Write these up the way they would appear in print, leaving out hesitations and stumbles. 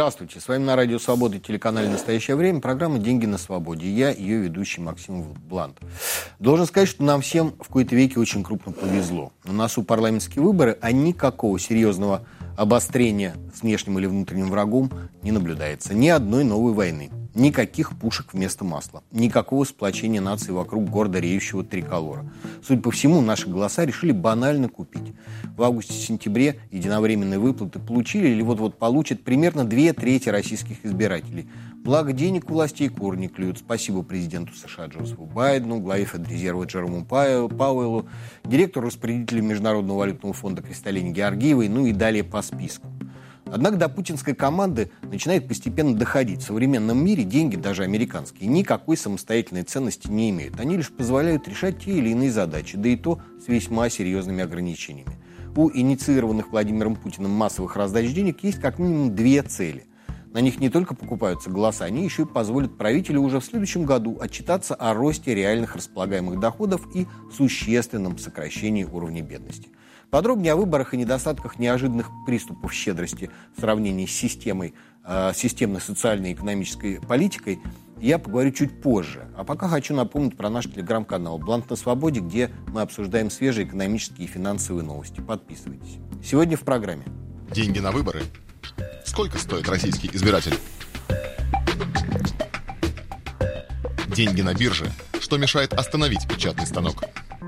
Здравствуйте, с вами на Радио Свобода и телеканале «Настоящее время» программа «Деньги на свободе». Я ее ведущий Максим Блант. Должен сказать, что нам всем в кои-то веке очень крупно повезло. У нас парламентские выборы, а никакого серьезного обострения с внешним или внутренним врагом не наблюдается. Ни одной новой войны, никаких пушек вместо масла, никакого сплочения нации вокруг гордо реющего триколора. Судя по всему, наши голоса решили банально купить. В августе-сентябре единовременные выплаты получили или вот-вот получат примерно 2/3 российских избирателей. Благо денег у властей кур не клюют. Спасибо президенту США Джозефу Байдену, главе Федрезерва Джерому Пауэллу, директору распорядителя Международного валютного фонда Кристалине Георгиевой, ну и далее по списку. Однако до путинской команды начинает постепенно доходить. В современном мире деньги, даже американские, никакой самостоятельной ценности не имеют. Они лишь позволяют решать те или иные задачи, да и то с весьма серьезными ограничениями. У инициированных Владимиром Путиным массовых раздач денег есть как минимум две цели. На них не только покупаются голоса, они еще и позволят правителю уже в следующем году отчитаться о росте реальных располагаемых доходов и существенном сокращении уровня бедности. Подробнее о выборах и недостатках неожиданных приступов щедрости в сравнении с системной социальной и экономической политикой я поговорю чуть позже. А пока хочу напомнить про наш телеграм-канал «Блант на свободе», где мы обсуждаем свежие экономические и финансовые новости. Подписывайтесь. Сегодня в программе. Деньги на выборы. Сколько стоит российский избиратель? Деньги на бирже. Что мешает остановить печатный станок?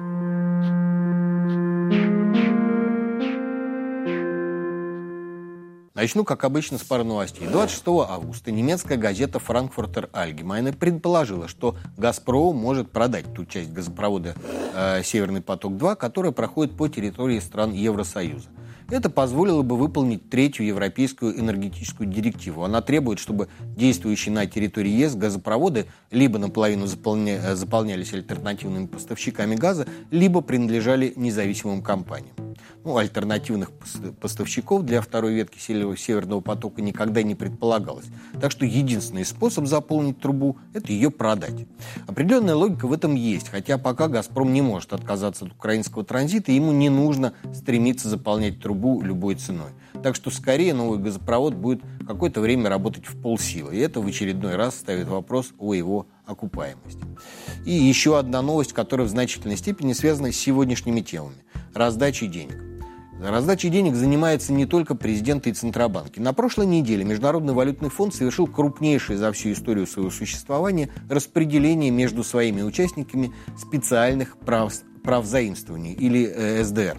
Начну, как обычно, с пары новостей. 26 августа немецкая газета «Франкфуртер Альгемайне» предположила, что «Газпром» может продать ту часть газопровода «Северный поток-2», которая проходит по территории стран Евросоюза. Это позволило бы выполнить третью европейскую энергетическую директиву. Она требует, чтобы действующие на территории ЕС газопроводы либо наполовину заполнялись альтернативными поставщиками газа, либо принадлежали независимым компаниям. Альтернативных поставщиков для второй ветки Северного потока никогда не предполагалось. Так что единственный способ заполнить трубу – это ее продать. Определенная логика в этом есть, хотя пока «Газпром» не может отказаться от украинского транзита, ему не нужно стремиться заполнять трубу любой ценой. Так что скорее новый газопровод будет какое-то время работать в полсилы. И это в очередной раз ставит вопрос о его окупаемости. И еще одна новость, которая в значительной степени связана с сегодняшними темами – раздачей денег. Раздачей денег занимается не только президент и Центробанки. На прошлой неделе Международный валютный фонд совершил крупнейшее за всю историю своего существования распределение между своими участниками специальных прав заимствований, или СДР.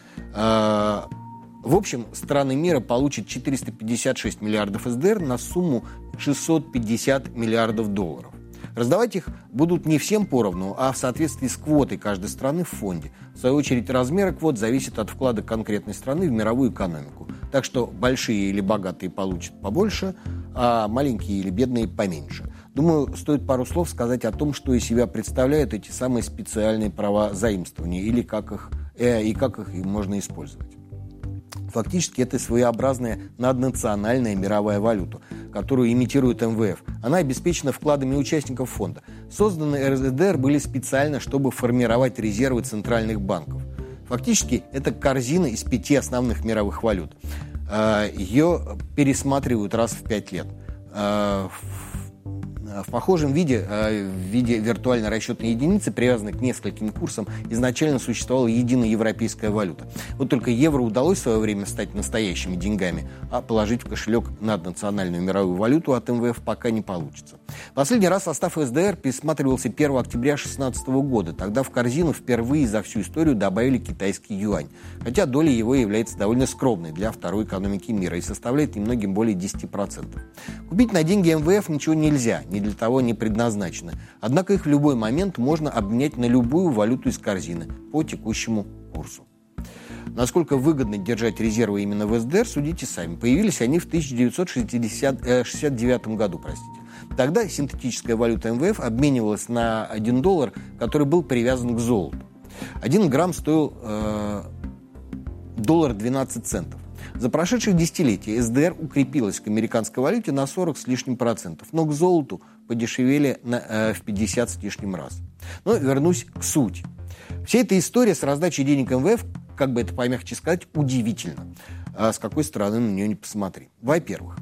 В общем, страны мира получат 456 миллиардов СДР на сумму 650 миллиардов долларов. Раздавать их будут не всем поровну, а в соответствии с квотой каждой страны в фонде. В свою очередь, размеры квот зависят от вклада конкретной страны в мировую экономику. Так что большие или богатые получат побольше, а маленькие или бедные поменьше. Думаю, стоит пару слов сказать о том, что из себя представляют эти самые специальные права заимствования или как их можно использовать. Фактически это своеобразная наднациональная мировая валюта, которую имитирует МВФ. Она обеспечена вкладами участников фонда. Созданы РСДР были специально, чтобы формировать резервы центральных банков. Фактически это корзина из 5 основных мировых валют. Ее пересматривают раз в 5 лет. В похожем виде, в виде виртуальной расчетной единицы, привязанной к нескольким курсам, изначально существовала единая европейская валюта. Вот только евро удалось в свое время стать настоящими деньгами, а положить в кошелек наднациональную мировую валюту от МВФ пока не получится. Последний раз состав СДР пересматривался 1 октября 2016 года. Тогда в корзину впервые за всю историю добавили китайский юань. Хотя доля его является довольно скромной для второй экономики мира и составляет немногим более 10%. Купить на деньги МВФ ничего нельзя, ни для того не предназначены. Однако их в любой момент можно обменять на любую валюту из корзины по текущему курсу. Насколько выгодно держать резервы именно в СДР, судите сами. Появились они в 1969 году. Тогда синтетическая валюта МВФ обменивалась на $1, который был привязан к золоту. 1 грамм стоил $1.12. За прошедшие десятилетия СДР укрепилась к американской валюте на 40 с лишним %, но к золоту подешевели в 50 с лишним раз. Но вернусь к сути. Вся эта история с раздачей денег МВФ, как бы это помягче сказать, удивительна. С какой стороны на нее не посмотри. Во-первых,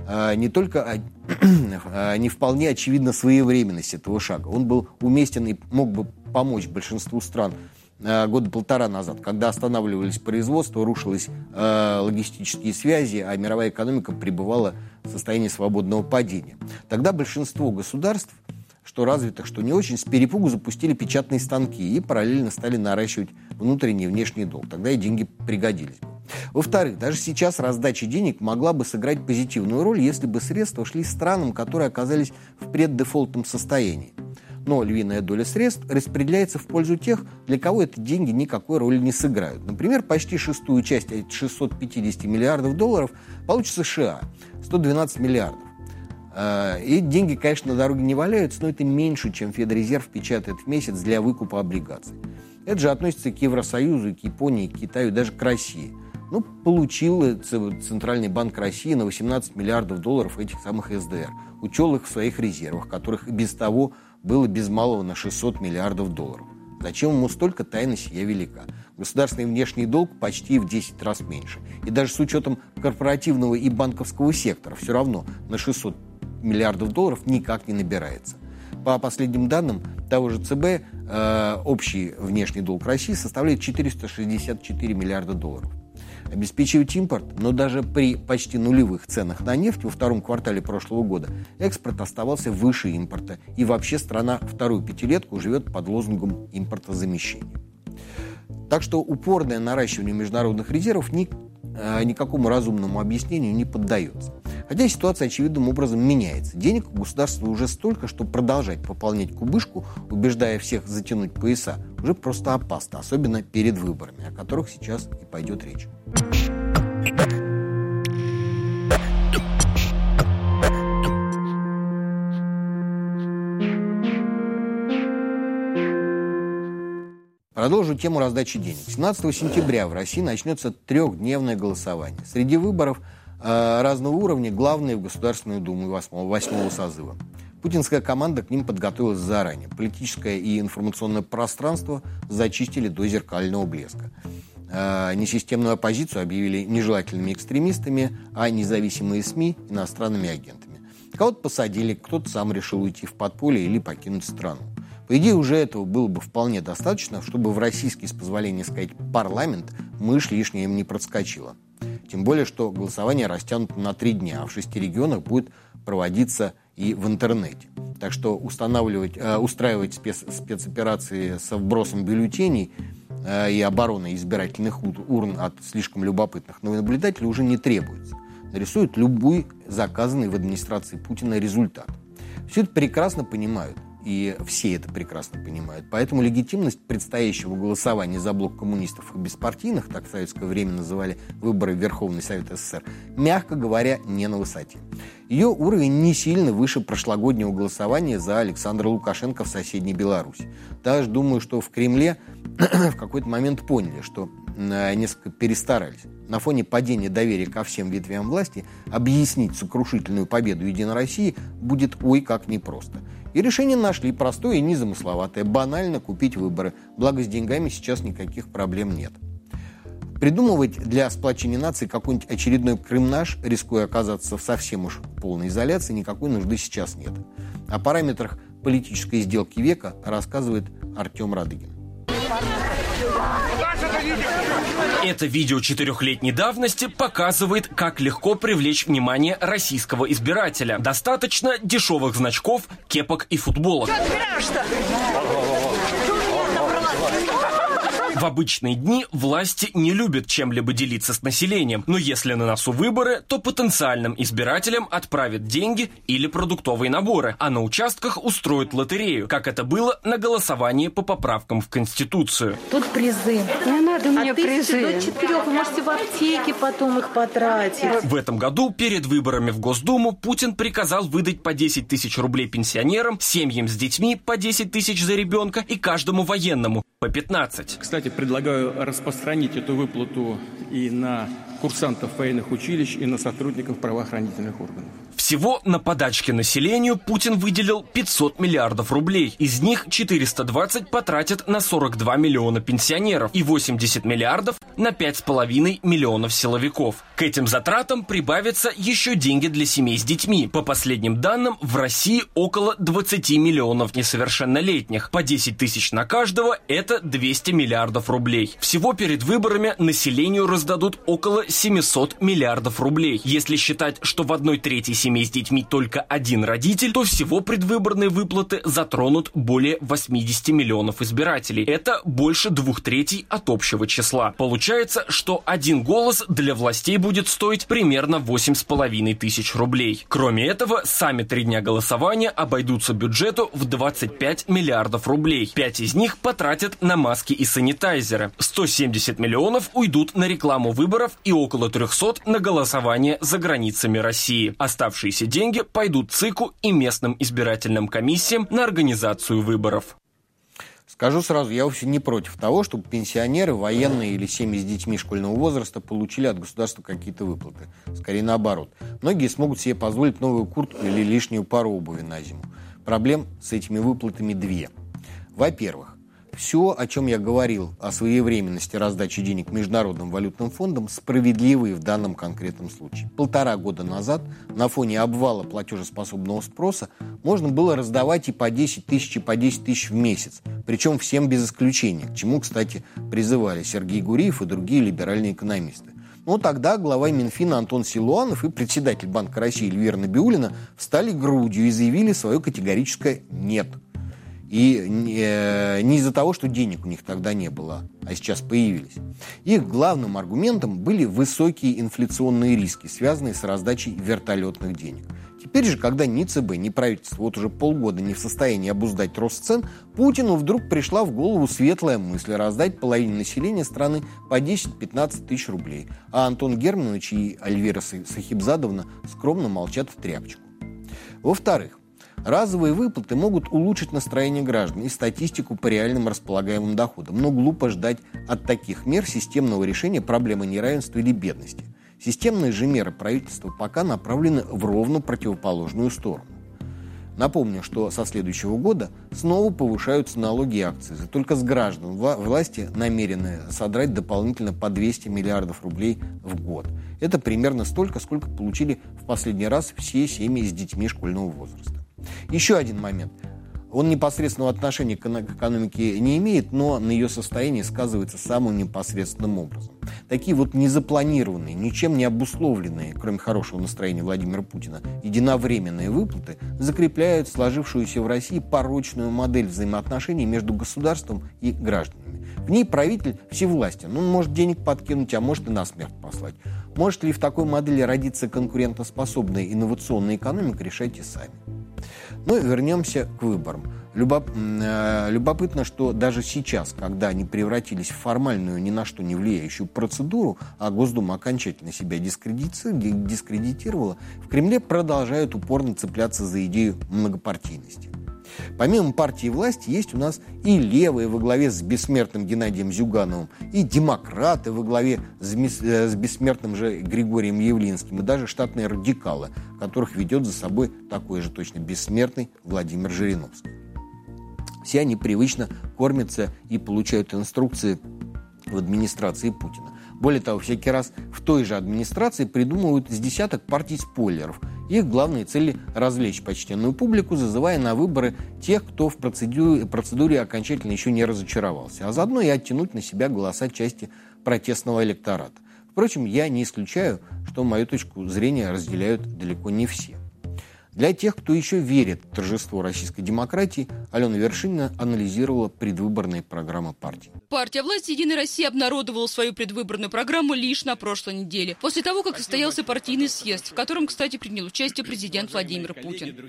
не вполне очевидна своевременность этого шага. Он был уместен и мог бы помочь большинству стран года полтора назад, когда останавливались производства, рушились логистические связи, а мировая экономика пребывала в состоянии свободного падения. Тогда большинство государств, что развитых, что не очень, с перепугу запустили печатные станки и параллельно стали наращивать внутренний и внешний долг. Тогда и деньги пригодились бы. Во-вторых, даже сейчас раздача денег могла бы сыграть позитивную роль, если бы средства шли странам, которые оказались в преддефолтном состоянии. Но львиная доля средств распределяется в пользу тех, для кого эти деньги никакой роли не сыграют. Например, почти шестую часть от 650 миллиардов долларов получит США – 112 миллиардов. И деньги, конечно, на дороге не валяются, но это меньше, чем Федрезерв печатает в месяц для выкупа облигаций. Это же относится к Евросоюзу, к Японии, к Китаю, даже к России. Ну, получил Центральный банк России на 18 миллиардов долларов этих самых СДР. Учел их в своих резервах, которых и без того было без малого на 600 миллиардов долларов. Зачем ему столько, тайна сия велика. Государственный внешний долг почти в 10 раз меньше. И даже с учетом корпоративного и банковского сектора все равно на 600 миллиардов долларов никак не набирается. По последним данным того же ЦБ, общий внешний долг России составляет 464 миллиарда долларов. Обеспечивать импорт, но даже при почти нулевых ценах на нефть во втором квартале прошлого года экспорт оставался выше импорта. И вообще страна вторую пятилетку живет под лозунгом импортозамещения. Так что упорное наращивание международных резервов никакому разумному объяснению не поддается. Хотя ситуация очевидным образом меняется. Денег у государства уже столько, что продолжать пополнять кубышку, убеждая всех затянуть пояса, уже просто опасно, особенно перед выборами, о которых сейчас и пойдет речь. Продолжу тему раздачи денег. 17 сентября в России начнется трехдневное голосование. Среди выборов разного уровня главные в Государственную Думу 8-го созыва. Путинская команда к ним подготовилась заранее. Политическое и информационное пространство зачистили до зеркального блеска. Несистемную оппозицию объявили нежелательными экстремистами, а независимые СМИ – иностранными агентами. Кого-то посадили, кто-то сам решил уйти в подполье или покинуть страну. По идее, уже этого было бы вполне достаточно, чтобы в российский, с позволения сказать, парламент мышь лишняя им не проскочила. Тем более, что голосование растянуто на 3 дня, а в 6 регионах будет проводиться и в интернете. Так что устраивать спецоперации со вбросом бюллетеней и обороной избирательных урн от слишком любопытных наблюдателей уже не требуется. Нарисуют любой заказанный в администрации Путина результат. Все это прекрасно понимают. И все это прекрасно понимают. Поэтому легитимность предстоящего голосования за блок коммунистов и беспартийных, так в советское время называли выборы в Верховный Совет СССР, мягко говоря, не на высоте. Ее уровень не сильно выше прошлогоднего голосования за Александра Лукашенко в соседней Беларуси. Даже думаю, что в Кремле в какой-то момент поняли, что несколько перестарались. На фоне падения доверия ко всем ветвям власти объяснить сокрушительную победу Единой России будет ой как непросто. И решение нашли простое и незамысловатое. Банально купить выборы. Благо с деньгами сейчас никаких проблем нет. Придумывать для сплочения нации какой-нибудь очередной Крым-наш, рискуя оказаться в совсем уж полной изоляции, никакой нужды сейчас нет. О параметрах политической сделки века рассказывает Артем Радыгин. Это видео 4-летней давности показывает, как легко привлечь внимание российского избирателя. Достаточно дешевых значков, кепок и футболок. В обычные дни власти не любят чем-либо делиться с населением, но если на носу выборы, то потенциальным избирателям отправят деньги или продуктовые наборы, а на участках устроят лотерею, как это было на голосовании по поправкам в Конституцию. Тут призы. Не надо мне призы. призы. До 4, вы можете в аптеке потом их потратить. В этом году перед выборами в Госдуму Путин приказал выдать по 10 тысяч рублей пенсионерам, семьям с детьми по 10 тысяч за ребенка и каждому военному по 15. Кстати, предлагаю распространить эту выплату и на курсантов военных училищ, и на сотрудников правоохранительных органов. В Всего на подачки населению Путин выделил 500 миллиардов рублей. Из них 420 потратит на 42 миллиона пенсионеров и 80 миллиардов на 5,5 миллионов силовиков. К этим затратам прибавятся еще деньги для семей с детьми. По последним данным, в России около 20 миллионов несовершеннолетних. По 10 тысяч на каждого – это 200 миллиардов рублей. Всего перед выборами населению раздадут около 700 миллиардов рублей. Если считать, что в 1/3 семей с детьми только один родитель, то всего предвыборные выплаты затронут более 80 миллионов избирателей. Это больше 2/3 от общего числа. Получается, что один голос для властей будет стоить примерно 8,5 тысяч рублей. Кроме этого, сами 3 дня голосования обойдутся бюджету в 25 миллиардов рублей. 5 из них потратят на маски и санитайзеры. 170 миллионов уйдут на рекламу выборов и около 300 на голосование за границами России. Оставшиеся деньги пойдут ЦИКу и местным избирательным комиссиям на организацию выборов. Скажу сразу, я вовсе не против того, чтобы пенсионеры, военные или семьи с детьми школьного возраста получили от государства какие-то выплаты. Скорее наоборот. Многие смогут себе позволить новую куртку или лишнюю пару обуви на зиму. Проблем с этими выплатами 2. Во-первых, все, о чем я говорил, о своевременности раздачи денег Международным валютным фондом, справедливые в данном конкретном случае. 1,5 года назад на фоне обвала платежеспособного спроса можно было раздавать и по 10 тысяч, и по 10 тысяч в месяц. Причем всем без исключения, к чему, кстати, призывали Сергей Гуриев и другие либеральные экономисты. Но тогда глава Минфина Антон Силуанов и председатель Банка России Эльвира Набиуллина встали грудью и заявили свое категорическое «нет». И не из-за того, что денег у них тогда не было, а сейчас появились. Их главным аргументом были высокие инфляционные риски, связанные с раздачей вертолетных денег. Теперь же, когда ни ЦБ, ни правительство вот уже полгода не в состоянии обуздать рост цен, Путину вдруг пришла в голову светлая мысль раздать половине населения страны по 10-15 тысяч рублей. А Антон Германович и Альвира Сахибзадовна скромно молчат в тряпочку. Во-вторых, разовые выплаты могут улучшить настроение граждан и статистику по реальным располагаемым доходам, но глупо ждать от таких мер системного решения проблемы неравенства или бедности. Системные же меры правительства пока направлены в ровно противоположную сторону. Напомню, что со следующего года снова повышаются налоги и акцизы. Только с граждан власти намерены содрать дополнительно по 200 миллиардов рублей в год. Это примерно столько, сколько получили в последний раз все семьи с детьми школьного возраста. Еще один момент. Он непосредственного отношения к экономике не имеет, но на ее состоянии сказывается самым непосредственным образом. Такие вот незапланированные, ничем не обусловленные, кроме хорошего настроения Владимира Путина, единовременные выплаты закрепляют сложившуюся в России порочную модель взаимоотношений между государством и гражданами. В ней правитель всевластен. Он может денег подкинуть, а может и на смерть послать. Может ли в такой модели родиться конкурентоспособная инновационная экономика, решайте сами. Но вернемся к выборам. Любопытно, что даже сейчас, когда они превратились в формальную, ни на что не влияющую процедуру, а Госдума окончательно себя дискредитировала, в Кремле продолжают упорно цепляться за идею многопартийности. Помимо партии власти есть у нас и левые во главе с бессмертным Геннадием Зюгановым, и демократы во главе с бессмертным же Григорием Явлинским, и даже штатные радикалы, которых ведет за собой такой же точно бессмертный Владимир Жириновский. Все они привычно кормятся и получают инструкции в администрации Путина. Более того, всякий раз в той же администрации придумывают с десяток партий-спойлеров. Их главные цели – развлечь почтенную публику, зазывая на выборы тех, кто в процедуре окончательно еще не разочаровался, а заодно и оттянуть на себя голоса части протестного электората. Впрочем, я не исключаю, что мою точку зрения разделяют далеко не все. Для тех, кто еще верит в торжество российской демократии, Алена Вершинина анализировала предвыборные программы партии. Партия власти «Единая Россия» обнародовала свою предвыборную программу лишь на прошлой неделе, после того, как состоялся партийный съезд, в котором, кстати, принял участие президент Владимир Путин.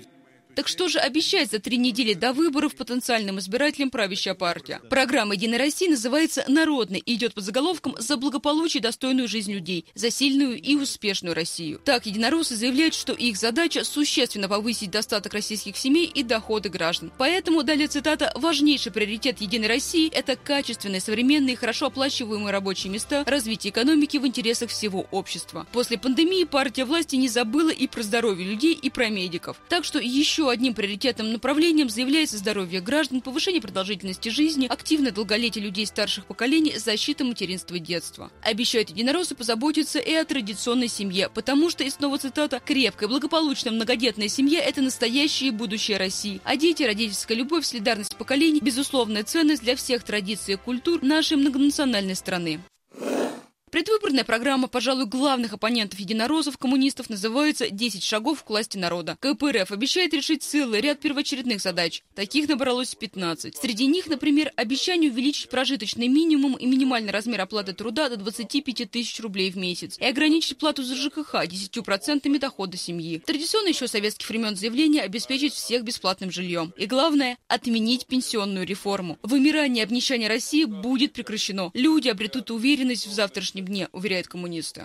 Так что же обещает за 3 недели до выборов потенциальным избирателям правящая партия? Программа «Единой России» называется «Народной» и идет под заголовком «За благополучие и достойную жизнь людей, за сильную и успешную Россию». Так, единороссы заявляют, что их задача – существенно повысить достаток российских семей и доходы граждан. Поэтому, далее цитата, «важнейший приоритет «Единой России» – это качественные, современные, хорошо оплачиваемые рабочие места, развитие экономики в интересах всего общества». После пандемии партия власти не забыла и про здоровье людей, и про медиков. Так что еще одним приоритетным направлением заявляется здоровье граждан, повышение продолжительности жизни, активное долголетие людей старших поколений, защита материнства и детства. Обещают единороссы позаботиться и о традиционной семье, потому что, и снова цитата, «крепкая, благополучная, многодетная семья – это настоящее и будущее России. А дети, родительская любовь, солидарность поколений – безусловная ценность для всех традиций и культур нашей многонациональной страны». Предвыборная программа, пожалуй, главных оппонентов единороссов, коммунистов, называется «10 шагов к власти народа». КПРФ обещает решить целый ряд первоочередных задач. Таких набралось 15. Среди них, например, обещание увеличить прожиточный минимум и минимальный размер оплаты труда до 25 тысяч рублей в месяц и ограничить плату за ЖКХ 10% дохода семьи. Традиционно еще советских времен заявление обеспечить всех бесплатным жильем. И главное – отменить пенсионную реформу. Вымирание и обнищание России будет прекращено. Люди обретут уверенность в завтрашнем дне, уверяют коммунисты.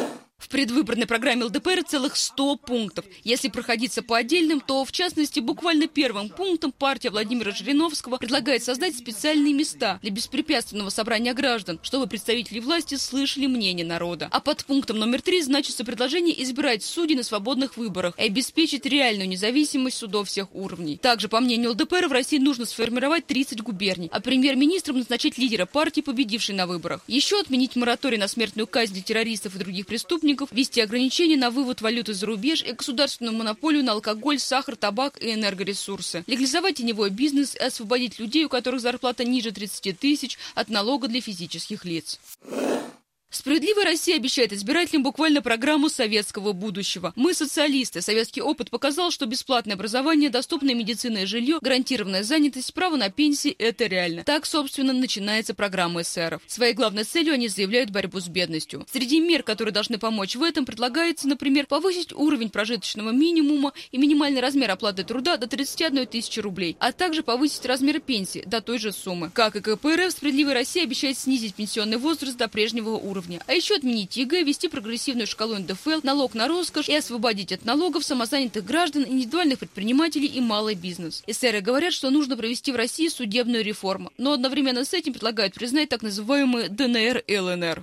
В предвыборной программе ЛДПР целых 100 пунктов. Если проходиться по отдельным, то, в частности, буквально первым пунктом партия Владимира Жириновского предлагает создать специальные места для беспрепятственного собрания граждан, чтобы представители власти слышали мнение народа. А под пунктом номер 3 значится предложение избирать судей на свободных выборах и обеспечить реальную независимость судов всех уровней. Также, по мнению ЛДПР, в России нужно сформировать 30 губерний, а премьер-министром назначить лидера партии, победившей на выборах. Еще отменить мораторий на смертную казнь для террористов и других преступников, ввести ограничения на вывод валюты за рубеж и государственную монополию на алкоголь, сахар, табак и энергоресурсы. Легализовать теневой бизнес и освободить людей, у которых зарплата ниже 30 тысяч, от налога для физических лиц. «Справедливая Россия» обещает избирателям буквально программу советского будущего. Мы социалисты. Советский опыт показал, что бесплатное образование, доступная медицина и жилье, гарантированная занятость, право на пенсии – это реально. Так, собственно, начинается программа эсеров. Своей главной целью они заявляют борьбу с бедностью. Среди мер, которые должны помочь в этом, предлагается, например, повысить уровень прожиточного минимума и минимальный размер оплаты труда до 31 тысячи рублей, а также повысить размер пенсии до той же суммы. Как и КПРФ, «Справедливая Россия» обещает снизить пенсионный возраст до прежнего уровня. А еще отменить ЕГЭ, ввести прогрессивную шкалу НДФЛ, налог на роскошь и освободить от налогов самозанятых граждан, индивидуальных предпринимателей и малый бизнес. Эсеры говорят, что нужно провести в России судебную реформу, но одновременно с этим предлагают признать так называемые ДНР и ЛНР.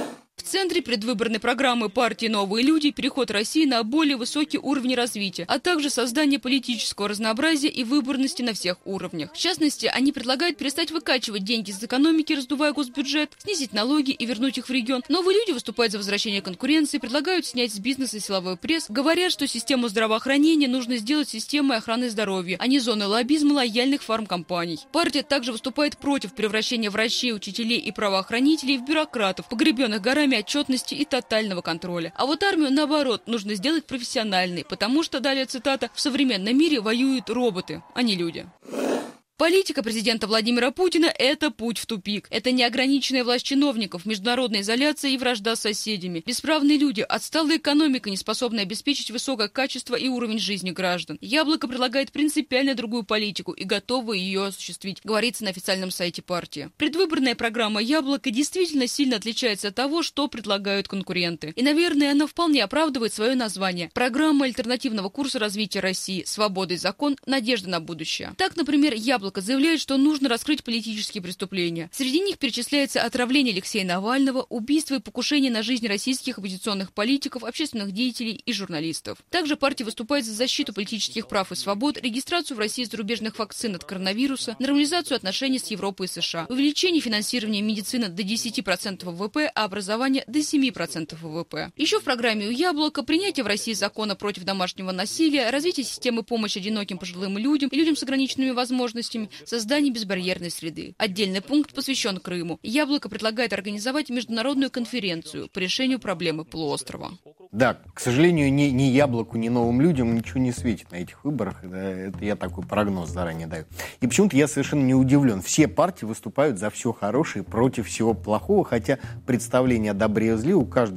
В центре предвыборной программы партии «Новые люди» переход России на более высокий уровень развития, а также создание политического разнообразия и выборности на всех уровнях. В частности, они предлагают перестать выкачивать деньги из экономики, раздувая госбюджет, снизить налоги и вернуть их в регион. Новые люди выступают за возвращение конкуренции, предлагают снять с бизнеса силовой пресс, говорят, что систему здравоохранения нужно сделать системой охраны здоровья, а не зоной лоббизма лояльных фармкомпаний. Партия также выступает против превращения врачей, учителей и правоохранителей в бюрократов, погребенных горами отчетности и тотального контроля. А вот армию, наоборот, нужно сделать профессиональной, потому что, далее цитата, «в современном мире воюют роботы, а не люди». Политика президента Владимира Путина – это путь в тупик. Это неограниченная власть чиновников, международная изоляция и вражда с соседями. Бесправные люди, отсталая экономика, не способная обеспечить высокое качество и уровень жизни граждан. «Яблоко» предлагает принципиально другую политику и готово ее осуществить, говорится на официальном сайте партии. Предвыборная программа «Яблоко» действительно сильно отличается от того, что предлагают конкуренты. И, наверное, она вполне оправдывает свое название – программа альтернативного курса развития России «Свобода и закон. Надежда на будущее». Так, например, «Яблоко» заявляет, что нужно раскрыть политические преступления. Среди них перечисляется отравление Алексея Навального, убийство и покушение на жизнь российских оппозиционных политиков, общественных деятелей и журналистов. Также партия выступает за защиту политических прав и свобод, регистрацию в России зарубежных вакцин от коронавируса, нормализацию отношений с Европой и США, увеличение финансирования медицины до 10% ВВП, а образования до 7% ВВП. Еще в программе у «Яблока» принятие в России закона против домашнего насилия, развитие системы помощи одиноким пожилым людям и людям с ограниченными возможностями, создание безбарьерной среды. Отдельный пункт посвящен Крыму. «Яблоко» предлагает организовать международную конференцию по решению проблемы полуострова. Да, к сожалению, ни «Яблоку», ни «Новым людям» ничего не светит на этих выборах. Это я такой прогноз заранее даю. И почему-то я совершенно не удивлен. Все партии выступают за все хорошее, против всего плохого, хотя представление о добре и зле у каждой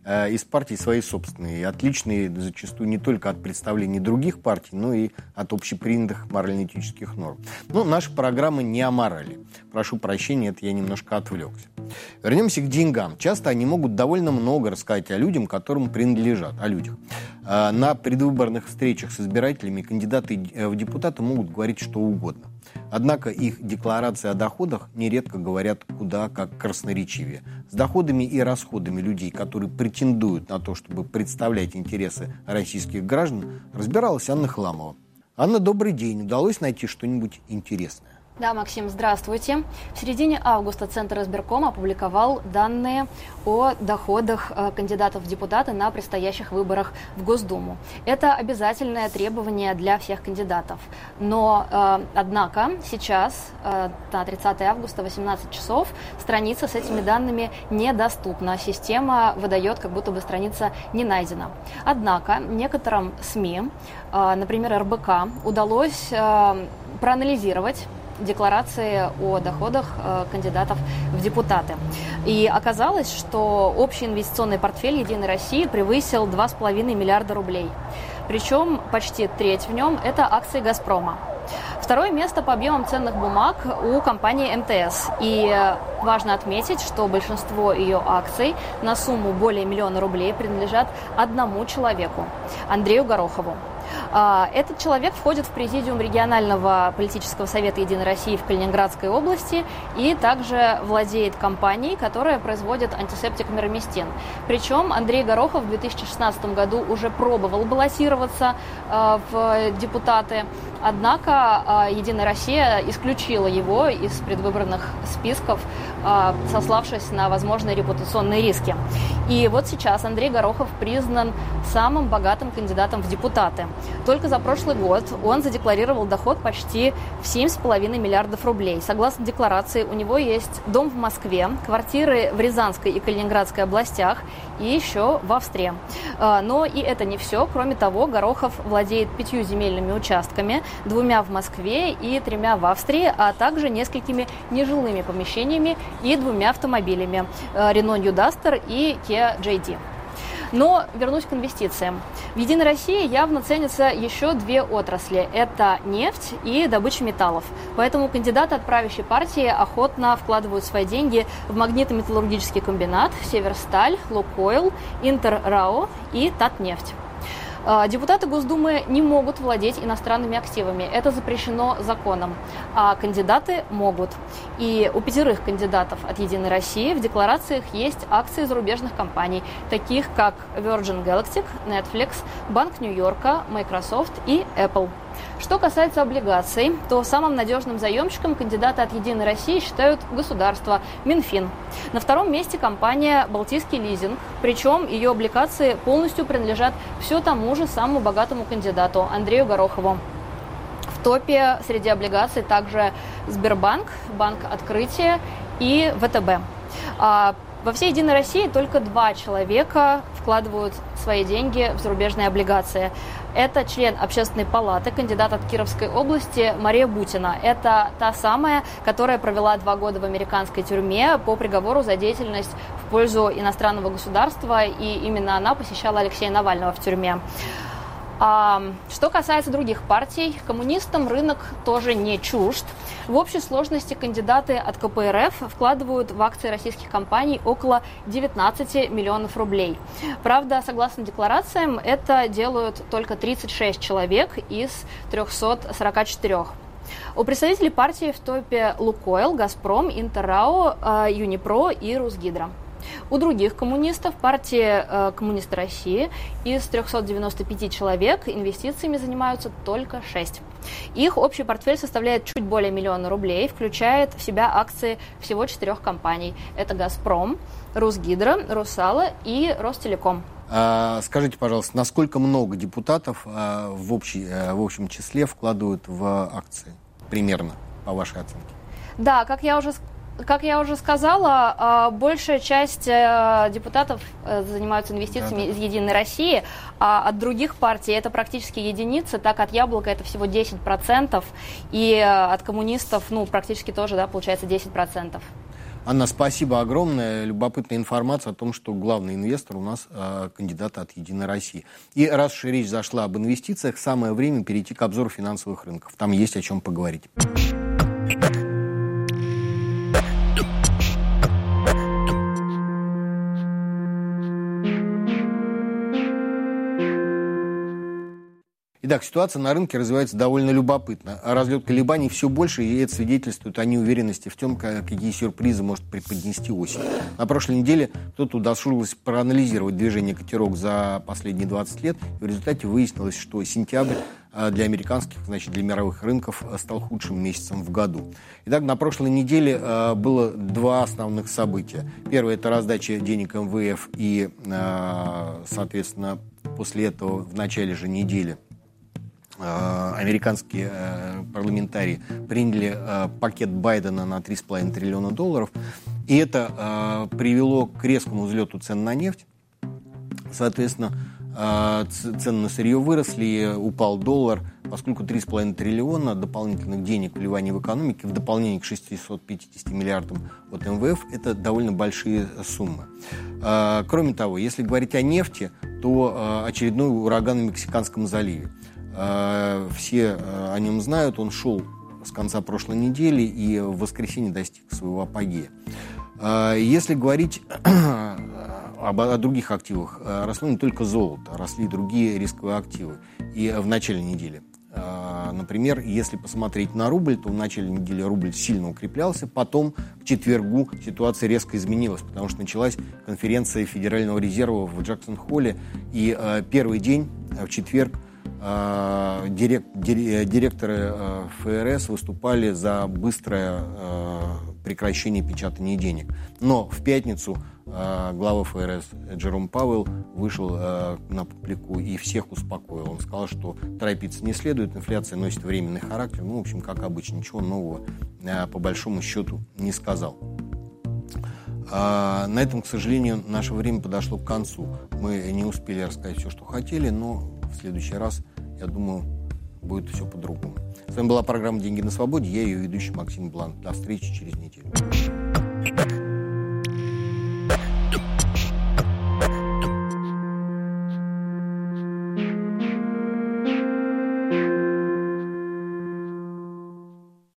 из партий свои собственные, отличные зачастую не только от представлений других партий, но и от общепринятых морально-этических норм. Но наша программа не о морали. Прошу прощения, это я немножко отвлекся. Вернемся к деньгам. Часто они могут довольно много рассказать о людям, которым принадлежат, о людях. На предвыборных встречах с избирателями кандидаты в депутаты могут говорить что угодно. Однако их декларации о доходах нередко говорят куда как красноречивее. С доходами и расходами людей, которые претендуют на то, чтобы представлять интересы российских граждан, разбиралась Анна Хламова. Анна, добрый день. Удалось найти что-нибудь интересное? Да, Максим, здравствуйте. В середине августа Центр избиркома опубликовал данные о доходах кандидатов в депутаты на предстоящих выборах в Госдуму. Это обязательное требование для всех кандидатов. Но, однако, сейчас, на 30 августа, 18 часов, страница с этими данными недоступна. Система выдает, как будто бы страница не найдена. Однако, некоторым СМИ, например, РБК, удалось проанализировать декларации о доходах кандидатов в депутаты. И оказалось, что общий инвестиционный портфель «Единой России» превысил 2,5 миллиарда рублей. Причем почти треть в нем – это акции «Газпрома». Второе место по объемам ценных бумаг у компании МТС. И важно отметить, что большинство ее акций на сумму более 1 миллиона рублей принадлежат одному человеку – Андрею Горохову. Этот человек входит в президиум регионального политического совета «Единой России» в Калининградской области и также владеет компанией, которая производит антисептик Мирамистин. Причем Андрей Горохов в 2016 году уже пробовал баллотироваться в депутаты, однако «Единая Россия» исключила его из предвыборных списков, сославшись на возможные репутационные риски. И вот сейчас Андрей Горохов признан самым богатым кандидатом в депутаты. Только за прошлый год он задекларировал доход почти в 7,5 миллиардов рублей. Согласно декларации, у него есть дом в Москве, квартиры в Рязанской и Калининградской областях и еще в Австрии. Но и это не все. Кроме того, Горохов владеет 5 земельными участками, 2 в Москве и 3 в Австрии, а также несколькими нежилыми помещениями и 2 автомобилями Renault New Duster и Kia JD. Но вернусь к инвестициям. В «Единой России» явно ценятся еще 2 отрасли. Это нефть и добыча металлов. Поэтому кандидаты от правящей партии охотно вкладывают свои деньги в магнитно-металлургический комбинат, Северсталь, Лукойл, Интер-РАО и Татнефть. Депутаты Госдумы не могут владеть иностранными активами. Это запрещено законом. А кандидаты могут. И у 5 кандидатов от «Единой России» в декларациях есть акции зарубежных компаний, таких как Virgin Galactic, Netflix, Банк Нью-Йорка, Microsoft и Apple. Что касается облигаций, то самым надежным заемщиком кандидаты от «Единой России» считают государство, Минфин. На 2-м месте компания «Балтийский лизинг», причем ее облигации полностью принадлежат все тому же самому богатому кандидату, Андрею Горохову. В топе среди облигаций также Сбербанк, Банк Открытие и ВТБ. Во всей «Единой России» только 2 человека вкладывают свои деньги в зарубежные облигации. Это член Общественной палаты, кандидат от Кировской области Мария Бутина. Это та самая, которая провела 2 года в американской тюрьме по приговору за деятельность в пользу иностранного государства, и именно она посещала Алексея Навального в тюрьме. Что касается других партий, коммунистам рынок тоже не чужд. В общей сложности кандидаты от КПРФ вкладывают в акции российских компаний около 19 миллионов рублей. Правда, согласно декларациям, это делают только 36 человек из 344. У представителей партии в топе Лукойл, Газпром, Интер-РАО, Юнипро и Русгидро. У других коммунистов, партии «Коммунисты России», из 395 человек инвестициями занимаются только 6. Их общий портфель составляет чуть более 1 миллиона рублей, включает в себя акции всего 4 компаний. Это «Газпром», «Русгидро», «Русала» и «Ростелеком». Скажите, пожалуйста, насколько много депутатов в общем числе вкладывают в акции? Примерно, по вашей оценке. Да, как я уже сказала, большая часть депутатов занимаются инвестициями из «Единой России», а от других партий это практически единицы, так от «Яблока» это всего 10%, и от коммунистов, практически тоже, получается 10%. Анна, спасибо огромное. Любопытная информация о том, что главный инвестор у нас кандидат от «Единой России». И раз уж речь зашла об инвестициях, самое время перейти к обзору финансовых рынков. Там есть о чем поговорить. Итак, ситуация на рынке развивается довольно любопытно. Разлет колебаний все больше, и это свидетельствует о неуверенности в том, какие сюрпризы может преподнести осень. На прошлой неделе кто-то удосужился проанализировать движение котировок за последние 20 лет, и в результате выяснилось, что сентябрь для американских, значит, для мировых рынков стал худшим месяцем в году. Итак, на прошлой неделе было два основных события. Первое – это раздача денег МВФ, и, соответственно, после этого в начале же недели американские парламентарии приняли пакет Байдена на $3,5 триллиона. И это привело к резкому взлету цен на нефть. Соответственно, цены на сырье выросли, упал доллар, поскольку 3,5 триллиона дополнительных денег вливания в экономику в дополнение к 650 миллиардам от МВФ – это довольно большие суммы. Кроме того, если говорить о нефти, то очередной ураган в Мексиканском заливе. Все о нем знают, он шел с конца прошлой недели и в воскресенье достиг своего апогея. Если говорить о других активах, росло не только золото, росли и другие рисковые активы и в начале недели. Например, если посмотреть на рубль, то в начале недели рубль сильно укреплялся, потом к четвергу ситуация резко изменилась, потому что началась конференция Федерального резерва в Джексон-Холле, и первый день, в четверг, директоры ФРС выступали за быстрое прекращение печатания денег. Но в пятницу глава ФРС Джером Пауэлл вышел на публику и всех успокоил. Он сказал, что торопиться не следует, инфляция носит временный характер. Ну, в общем, как обычно, ничего нового по большому счету не сказал. На этом, к сожалению, наше время подошло к концу. Мы не успели рассказать все, что хотели, но в следующий раз, я думаю, будет все по-другому. С вами была программа «Деньги на свободе». Я ее ведущий Максим Блант. До встречи через неделю.